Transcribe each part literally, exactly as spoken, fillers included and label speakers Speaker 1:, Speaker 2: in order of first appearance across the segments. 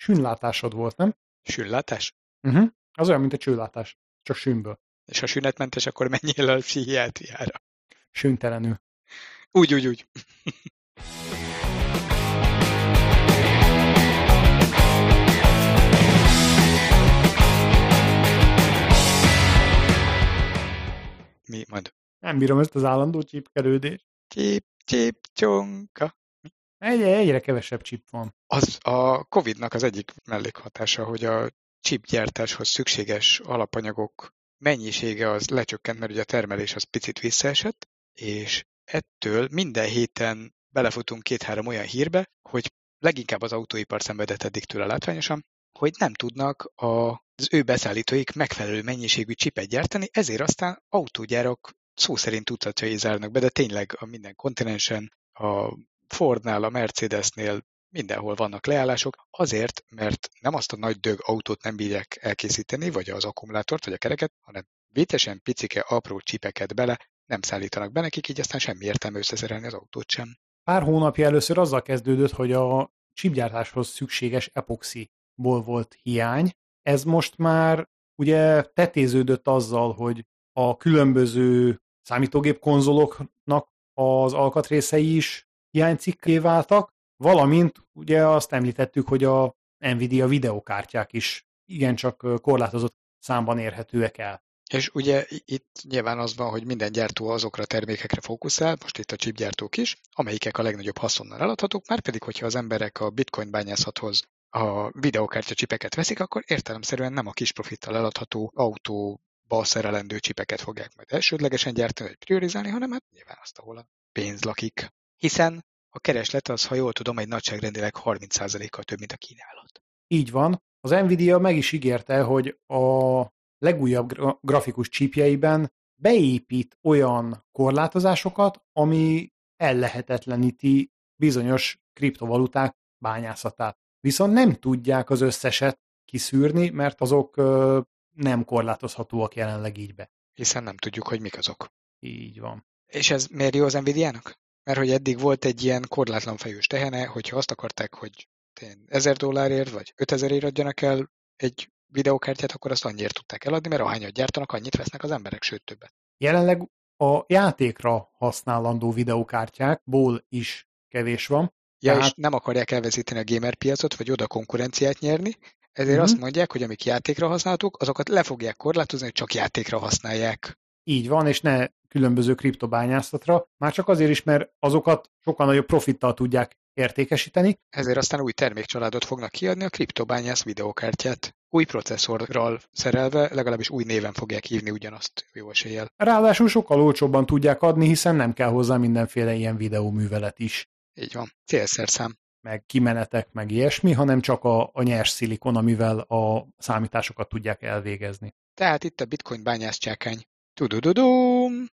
Speaker 1: Sünlátásod volt, nem?
Speaker 2: Sünlátás?
Speaker 1: Uh-huh. Az olyan, mint a csőlátás, csak sűnből.
Speaker 2: És ha sünetmentes, akkor menjél el a pszichiátriára.
Speaker 1: Süntelenül.
Speaker 2: Úgy, úgy, úgy. Mi? Mondd.
Speaker 1: Nem bírom ezt az állandó csípkelődést.
Speaker 2: Csíp, csíp, csonka.
Speaker 1: Egyre, egyre kevesebb csip van.
Speaker 2: Az a Covidnak az egyik mellékhatása, hogy a chipgyártáshoz szükséges alapanyagok mennyisége az lecsökkent, mert ugye a termelés az picit visszaesett, és ettől minden héten belefutunk két-három olyan hírbe, hogy leginkább az autóipar szenvedett eddig tőle látványosan, hogy nem tudnak az ő beszállítóik megfelelő mennyiségű csipet gyártani, ezért aztán autógyárak szó szerint tucatjai zárnak be, de tényleg a minden kontinensen, a Fordnál, a Mercedesnél mindenhol vannak leállások, azért, mert nem azt a nagy dög autót nem bírják elkészíteni, vagy az akkumulátort, vagy a kereket, hanem vétesen picike, apró csipeket bele nem szállítanak be nekik, így aztán semmi értelme összeszerelni az autót sem.
Speaker 1: Pár hónapja először azzal kezdődött, hogy a chipgyártáshoz szükséges epoxiból volt hiány. Ez most már ugye tetéződött azzal, hogy a különböző számítógép konzoloknak az alkatrészei is hiánycikké váltak, valamint ugye azt említettük, hogy a Nvidia videokártyák is igencsak korlátozott számban érhetőek el.
Speaker 2: És ugye itt nyilván az van, hogy minden gyártó azokra a termékekre fókuszál, most itt a chipgyártók is, amelyikek a legnagyobb haszonnal eladhatók, már pedig, hogyha az emberek a bitcoin bányászathoz a videokártya csipeket veszik, akkor értelemszerűen nem a kis profittal eladható autóba szerelendő csipeket fogják majd elsődlegesen gyártani, vagy priorizálni, hanem hát nyilván azt, ahol a pénz lakik. Hiszen a kereslet az, ha jól tudom, egy nagyságrendileg harminc százalékkal több, mint a kínálat.
Speaker 1: Így van. Az Nvidia meg is ígérte, hogy a legújabb grafikus csípjeiben beépít olyan korlátozásokat, ami ellehetetleníti bizonyos kriptovaluták bányászatát. Viszont nem tudják az összeset kiszűrni, mert azok nem korlátozhatóak jelenleg így be.
Speaker 2: Hiszen nem tudjuk, hogy mik azok.
Speaker 1: Így van.
Speaker 2: És ez miért jó az Nvidia-nak? Mert hogy eddig volt egy ilyen korlátlan fejős tehene, hogyha azt akarták, hogy ezer dollárért vagy ötezerért adjanak el egy videókártyát, akkor azt annyiért tudták eladni, mert ahányat gyártanak, annyit vesznek az emberek, sőt többet.
Speaker 1: Jelenleg a játékra használandó videókártyákból is kevés van.
Speaker 2: Ja,
Speaker 1: tehát...
Speaker 2: és nem akarják elvezíteni a gamer piacot, vagy oda konkurenciát nyerni, ezért uh-huh. azt mondják, hogy amik játékra használhatók, azokat le fogják korlátozni, hogy csak játékra használják.
Speaker 1: Így van, és ne különböző kriptobányászatra, már csak azért is, mert azokat sokkal nagyobb profittal tudják értékesíteni.
Speaker 2: Ezért aztán új termékcsaládot fognak kiadni, a kriptobányász videókártyát. Új processzorral szerelve, legalábbis új néven fogják hívni ugyanazt jó eséllyel.
Speaker 1: Ráadásul sokkal olcsóbban tudják adni, hiszen nem kell hozzá mindenféle ilyen videóművelet is.
Speaker 2: Így van, célszerszám.
Speaker 1: Meg kimenetek, meg ilyesmi, hanem csak a, a nyers szilikon, amivel a számításokat tudják elvégezni.
Speaker 2: Tehát itt a bitcoin bányászcsákány. Tudududum!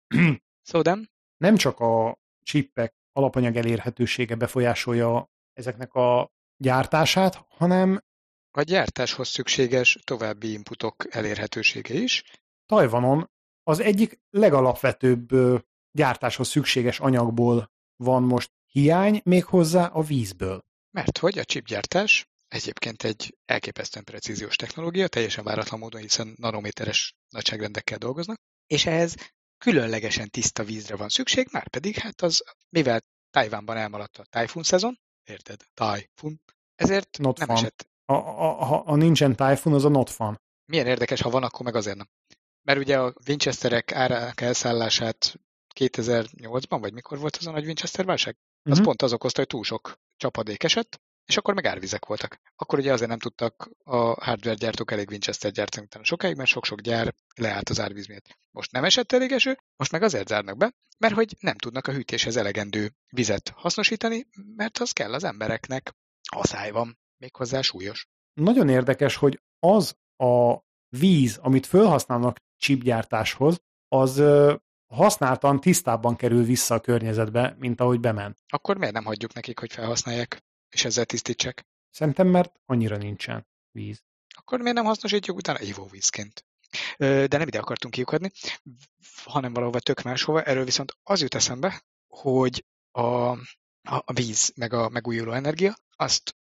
Speaker 2: Szóval
Speaker 1: nem csak a chipek alapanyag elérhetősége befolyásolja ezeknek a gyártását, hanem
Speaker 2: a gyártáshoz szükséges további inputok elérhetősége is.
Speaker 1: Tajvanon az egyik legalapvetőbb gyártáshoz szükséges anyagból van most hiány, méghozzá a vízből.
Speaker 2: Mert hogy a chipgyártás egyébként egy elképesztően precíziós technológia, teljesen váratlan módon, hiszen nanométeres nagyságrendekkel dolgoznak, és ehhez különlegesen tiszta vízre van szükség, már pedig hát az, mivel Tajvánban elmaradt a tájfun szezon, érted? Tájfun, ezért
Speaker 1: not
Speaker 2: nem
Speaker 1: fun.
Speaker 2: esett.
Speaker 1: A, a, ha a nincsen tájfun, az a not fun.
Speaker 2: Milyen érdekes, ha van, akkor meg azért nem. Mert ugye a Winchesterek árának elszállását kétezer-nyolcban, vagy mikor volt az a nagy Winchester válság? Az uh-huh. pont az okozta, hogy túl sok csapadék esett, és akkor meg árvizek voltak. Akkor ugye azért nem tudtak a hardware gyártók elég Winchester gyártani utána sokáig, mert sok-sok gyár leállt az árvíz miatt. Most nem esett elég eső, most meg azért zárnak be, mert hogy nem tudnak a hűtéshez elegendő vizet hasznosítani, mert az kell az embereknek. Asszály van, méghozzá súlyos.
Speaker 1: Nagyon érdekes, hogy az a víz, amit felhasználnak chipgyártáshoz, az használtan tisztábban kerül vissza a környezetbe, mint ahogy bement.
Speaker 2: Akkor miért nem hagyjuk nekik, hogy felhasználják, és ezzel tisztítsák?
Speaker 1: Szerintem, mert annyira nincsen víz.
Speaker 2: Akkor miért nem hasznosítjuk utána ivóvízként? De nem ide akartunk kiukadni, hanem valahova tök máshova. Erről viszont az jut eszembe, hogy a, a víz, meg a megújuló energia, azt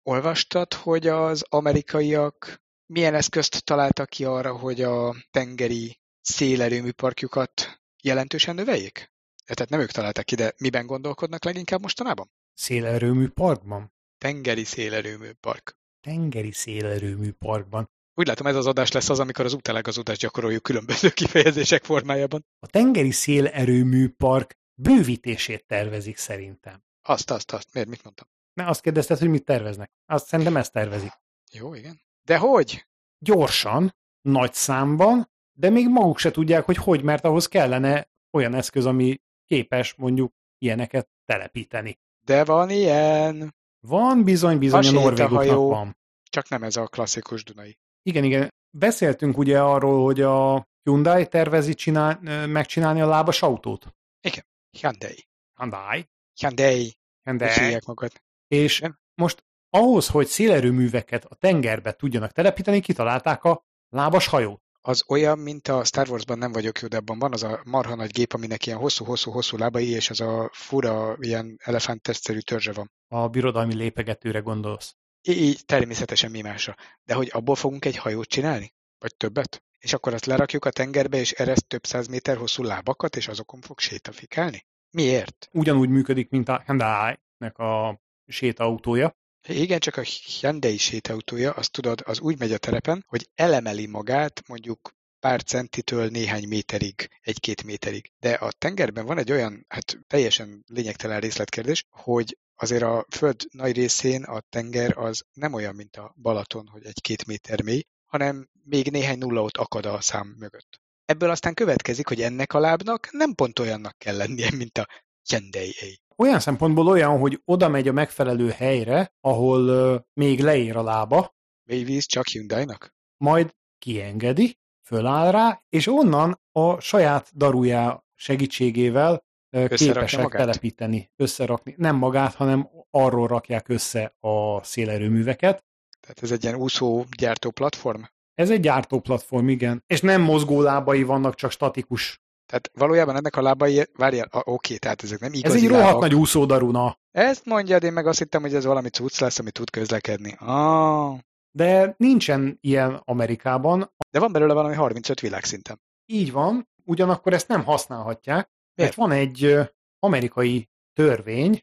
Speaker 2: olvastad, hogy az amerikaiak milyen eszközt találtak ki arra, hogy a tengeri szélerőműparkjukat jelentősen növeljék? Tehát nem ők találták ki, de miben gondolkodnak leginkább mostanában?
Speaker 1: Szélerőmű parkban?
Speaker 2: Tengeri szélerőműpark.
Speaker 1: Tengeri szélerőmű parkban.
Speaker 2: Úgy látom, ez az adás lesz az, amikor az útelágazodást gyakoroljuk különböző kifejezések formájában.
Speaker 1: A tengeri szélerőmű park bővítését tervezik szerintem.
Speaker 2: Azt, azt, azt. Miért? Mit mondtam?
Speaker 1: Mert azt kérdezted, hogy mit terveznek. Azt szerintem ezt tervezik.
Speaker 2: Jó, igen. De hogy?
Speaker 1: Gyorsan, nagy számban, de még maguk se tudják, hogy hogy, mert ahhoz kellene olyan eszköz, ami képes mondjuk ilyeneket telepíteni.
Speaker 2: De van ilyen.
Speaker 1: Van bizony-bizony a, a norvégoknak
Speaker 2: sétahajó.
Speaker 1: van.
Speaker 2: Csak nem ez a klasszikus Dunai.
Speaker 1: Igen, igen. Beszéltünk ugye arról, hogy a Hyundai tervezi csinál, megcsinálni a lábas autót.
Speaker 2: Igen. Hyundai.
Speaker 1: Hyundai.
Speaker 2: Hyundai.
Speaker 1: Hyundai.
Speaker 2: Hogy hívják magad.
Speaker 1: És
Speaker 2: Igen?
Speaker 1: most ahhoz, hogy szélerőműveket a tengerbe tudjanak telepíteni, kitalálták a lábas hajót.
Speaker 2: Az olyan, mint a Star Warsban, nem vagyok jó, de abban van az a marha nagy gép, aminek ilyen hosszú-hosszú-hosszú lábai, és az a fura, ilyen elefánttestszerű törzse van.
Speaker 1: A birodalmi lépegetőre gondolsz.
Speaker 2: Így természetesen mi másra. De hogy abból fogunk egy hajót csinálni? Vagy többet? És akkor azt lerakjuk a tengerbe, és ereszt több száz méter hosszú lábakat, és azokon fog sétafikálni? Miért?
Speaker 1: Ugyanúgy működik, mint a Hyundai-nek a sétaautója.
Speaker 2: Igen, csak a Hyundai sétautója, azt tudod, az úgy megy a terepen, hogy elemeli magát mondjuk pár centitől néhány méterig, egy-két méterig. De a tengerben van egy olyan, hát teljesen lényegtelen részletkérdés, hogy azért a föld nagy részén a tenger az nem olyan, mint a Balaton, hogy egy-két méter mély, hanem még néhány nulla ott akad a szám mögött. Ebből aztán következik, hogy ennek a lábnak nem pont olyannak kell lennie, mint a Hyundai.
Speaker 1: Olyan szempontból olyan, hogy oda megy a megfelelő helyre, ahol uh, még leér a lába.
Speaker 2: Mélyvíz csak Hyundai-nak?
Speaker 1: Majd kiengedi, föláll rá, és onnan a saját darujá segítségével uh, képesek magát? telepíteni, összerakni. Nem magát, hanem arról rakják össze a szélerőműveket.
Speaker 2: Tehát ez egy ilyen úszó-gyártó platform?
Speaker 1: Ez egy gyártó platform, igen. És nem mozgó lábai vannak, csak statikus.
Speaker 2: Tehát valójában ennek a lábai, várjál, ah, oké, tehát ezek nem igazi
Speaker 1: Ez egy
Speaker 2: lábak.
Speaker 1: rohadt nagy úszódaruna.
Speaker 2: Ezt mondjad, én meg azt hittem, hogy ez valami cucc lesz, ami tud közlekedni. Ah.
Speaker 1: De nincsen ilyen Amerikában.
Speaker 2: De van belőle valami harmincöt világszinten.
Speaker 1: Így van, ugyanakkor ezt nem használhatják,
Speaker 2: Miért?
Speaker 1: mert van egy amerikai törvény,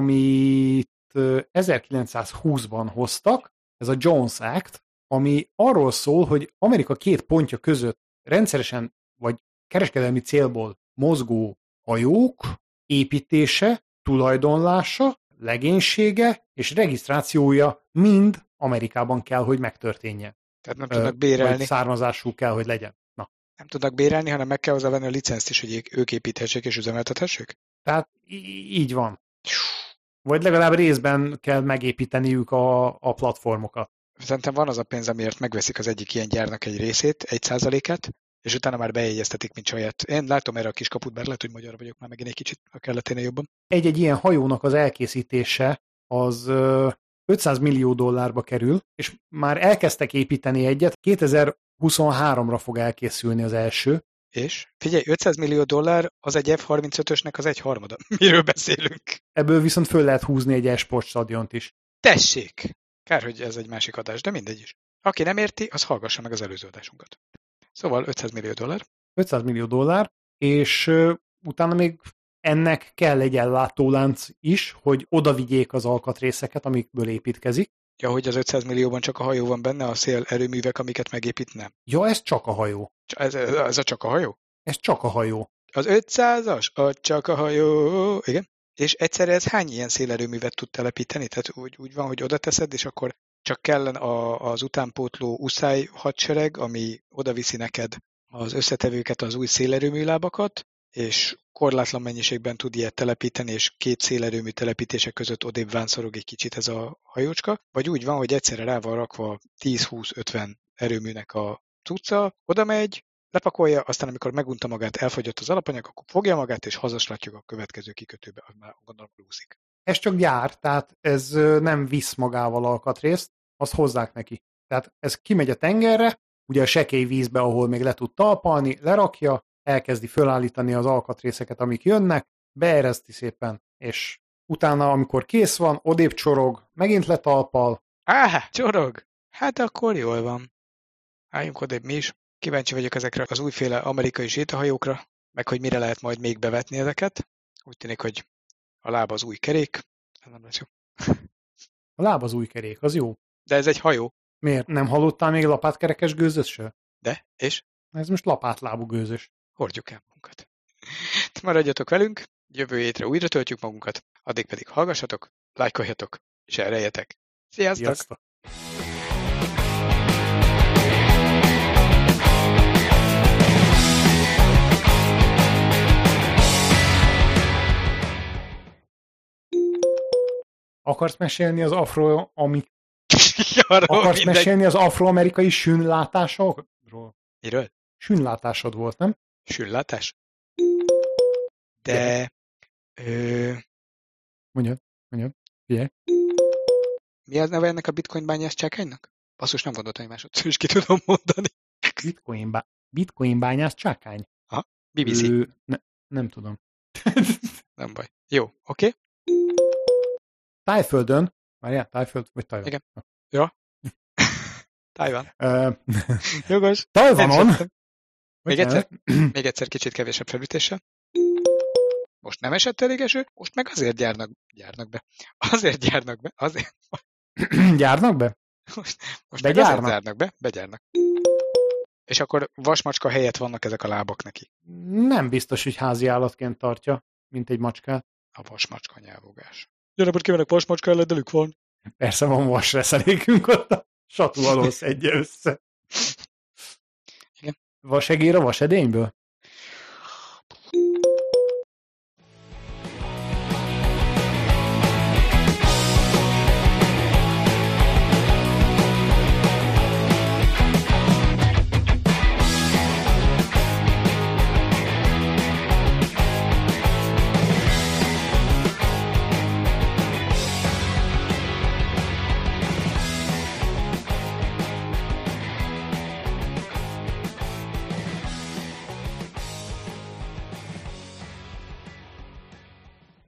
Speaker 1: amit ezerkilencszázhúszban hoztak, ez a Jones Act, ami arról szól, hogy Amerika két pontja között rendszeresen vagy kereskedelmi célból mozgó hajók építése, tulajdonlása, legénysége és regisztrációja mind Amerikában kell, hogy megtörténjen.
Speaker 2: Tehát nem tudnak bérelni.
Speaker 1: Vagy származású kell, hogy legyen. Na.
Speaker 2: Nem tudnak bérelni, hanem meg kell hozzávenni a licenszt is, hogy ők építhessék és üzemeltethessék?
Speaker 1: Tehát így van. Vagy legalább részben kell megépíteniük a, a platformokat.
Speaker 2: Szerintem van az a pénz, amiért megveszik az egyik ilyen gyárnak egy részét, egy százalékát, és utána már bejegyeztetik, mint saját. Én látom erre a kiskaput, bár lehet, hogy magyar vagyok már megint egy kicsit a kelleténél jobban.
Speaker 1: Egy-egy ilyen hajónak az elkészítése az ötszáz millió dollárba kerül, és már elkezdtek építeni egyet, kétezer-huszonháromra fog elkészülni az első.
Speaker 2: És? Figyelj, ötszáz millió dollár az egy ef harmincötösnek az egy harmada. Miről beszélünk?
Speaker 1: Ebből viszont föl lehet húzni egy e-sport stadiont is.
Speaker 2: Tessék! Kár, hogy ez egy másik adás, de mindegy is. Aki nem érti, az hallgassa meg az előző adásunkat. Szóval ötszáz millió dollár.
Speaker 1: ötszáz millió dollár, és uh, utána még ennek kell egy ellátólánc is, hogy oda vigyék az alkatrészeket, amikből építkezik.
Speaker 2: Ja, hogy az ötszáz millióban csak a hajó van benne, a szél erőművek, amiket megépít, nem.
Speaker 1: Ja, ez csak a hajó.
Speaker 2: Ez, ez, ez a csak a hajó?
Speaker 1: Ez csak a hajó.
Speaker 2: Az ötszázas? A csak a hajó. Igen. És egyszerre ez hány ilyen szélerőművet tud telepíteni? Tehát úgy, úgy van, hogy oda teszed, és akkor csak kellene a, az utánpótló uszály hadsereg, ami oda viszi neked az összetevőket, az új szélerőműlábakat, és korlátlan mennyiségben tud ilyet telepíteni, és két szélerőmű telepítések között odébb vánszorog egy kicsit ez a hajócska, vagy úgy van, hogy egyszerre rá van rakva tíz-húsz-ötven erőműnek a cucca, oda megy, lepakolja, aztán amikor megunta magát, elfogyott az alapanyag, akkor fogja magát, és hazaslatjuk a következő kikötőbe, már gondolom lúszik.
Speaker 1: Ez csak gyár, tehát ez nem visz magával alkatrészt, azt hozzák neki. Tehát ez kimegy a tengerre, ugye a sekély vízbe, ahol még le tud talpalni, lerakja, elkezdi fölállítani az alkatrészeket, amik jönnek, beereszti szépen, és utána, amikor kész van, odébb csorog, megint letalpal,
Speaker 2: Á, csorog! Hát akkor jól van. Álljunk odébb mi is. Kíváncsi vagyok ezekre az újféle amerikai sétahajókra, meg hogy mire lehet majd még bevetni ezeket. Úgy tűnik, hogy a láb az új kerék. Ez nem lesz jó.
Speaker 1: A láb az új kerék, az jó.
Speaker 2: De ez egy hajó.
Speaker 1: Miért? Nem hallottál még lapátkerekes gőzös se?
Speaker 2: De? És?
Speaker 1: Ez most lapátlábú gőzös.
Speaker 2: Hordjuk el magunkat. Maradjatok velünk, jövő hétre újra töltjük magunkat, addig pedig hallgassatok, lájkoljatok, és elrejjetek. Sziasztok!
Speaker 1: Sziasztok! Akarsz mesélni az afro ami... Akarsz
Speaker 2: minden...
Speaker 1: mesélni az afroamerikai sünlátásokról?
Speaker 2: Miről?
Speaker 1: Sünlátásod volt, nem?
Speaker 2: Sünlátás? De... Ö...
Speaker 1: Mondjad, mondjad, figyelj.
Speaker 2: Mi az neve ennek a bitcoin bányász csákánynak? Basszus, nem gondoltam, hogy másodszor is ki tudom mondani.
Speaker 1: Bitcoin, bá... Bitcoin bányász csákány?
Speaker 2: Aha, bé bé cé.
Speaker 1: Ő... Ne, nem tudom.
Speaker 2: Nem baj. Jó, oké. Okay.
Speaker 1: Tájföldön, várjál, Tájföld, vagy Tajvan?
Speaker 2: Igen. Ja. Tajvan.
Speaker 1: Uh,
Speaker 2: Jogos.
Speaker 1: Tajvanon.
Speaker 2: Még egyszer, még egyszer kicsit kevésebb felütéssel. Most nem esett elég eső, most meg azért gyárnak, gyárnak be. Azért gyárnak be, azért.
Speaker 1: Gyárnak be?
Speaker 2: Most, most meg azért gyárnak be, begyárnak. És akkor vasmacska helyett vannak ezek a lábak neki.
Speaker 1: Nem biztos, hogy házi állatként tartja, mint egy macskát.
Speaker 2: A vasmacska nyávogás. Jó napot kívánok, vasmacska elledelük van.
Speaker 1: Persze van vasreszelékünk ott a satú alól szedje össze.
Speaker 2: Igen.
Speaker 1: Vasegér a vasedényből?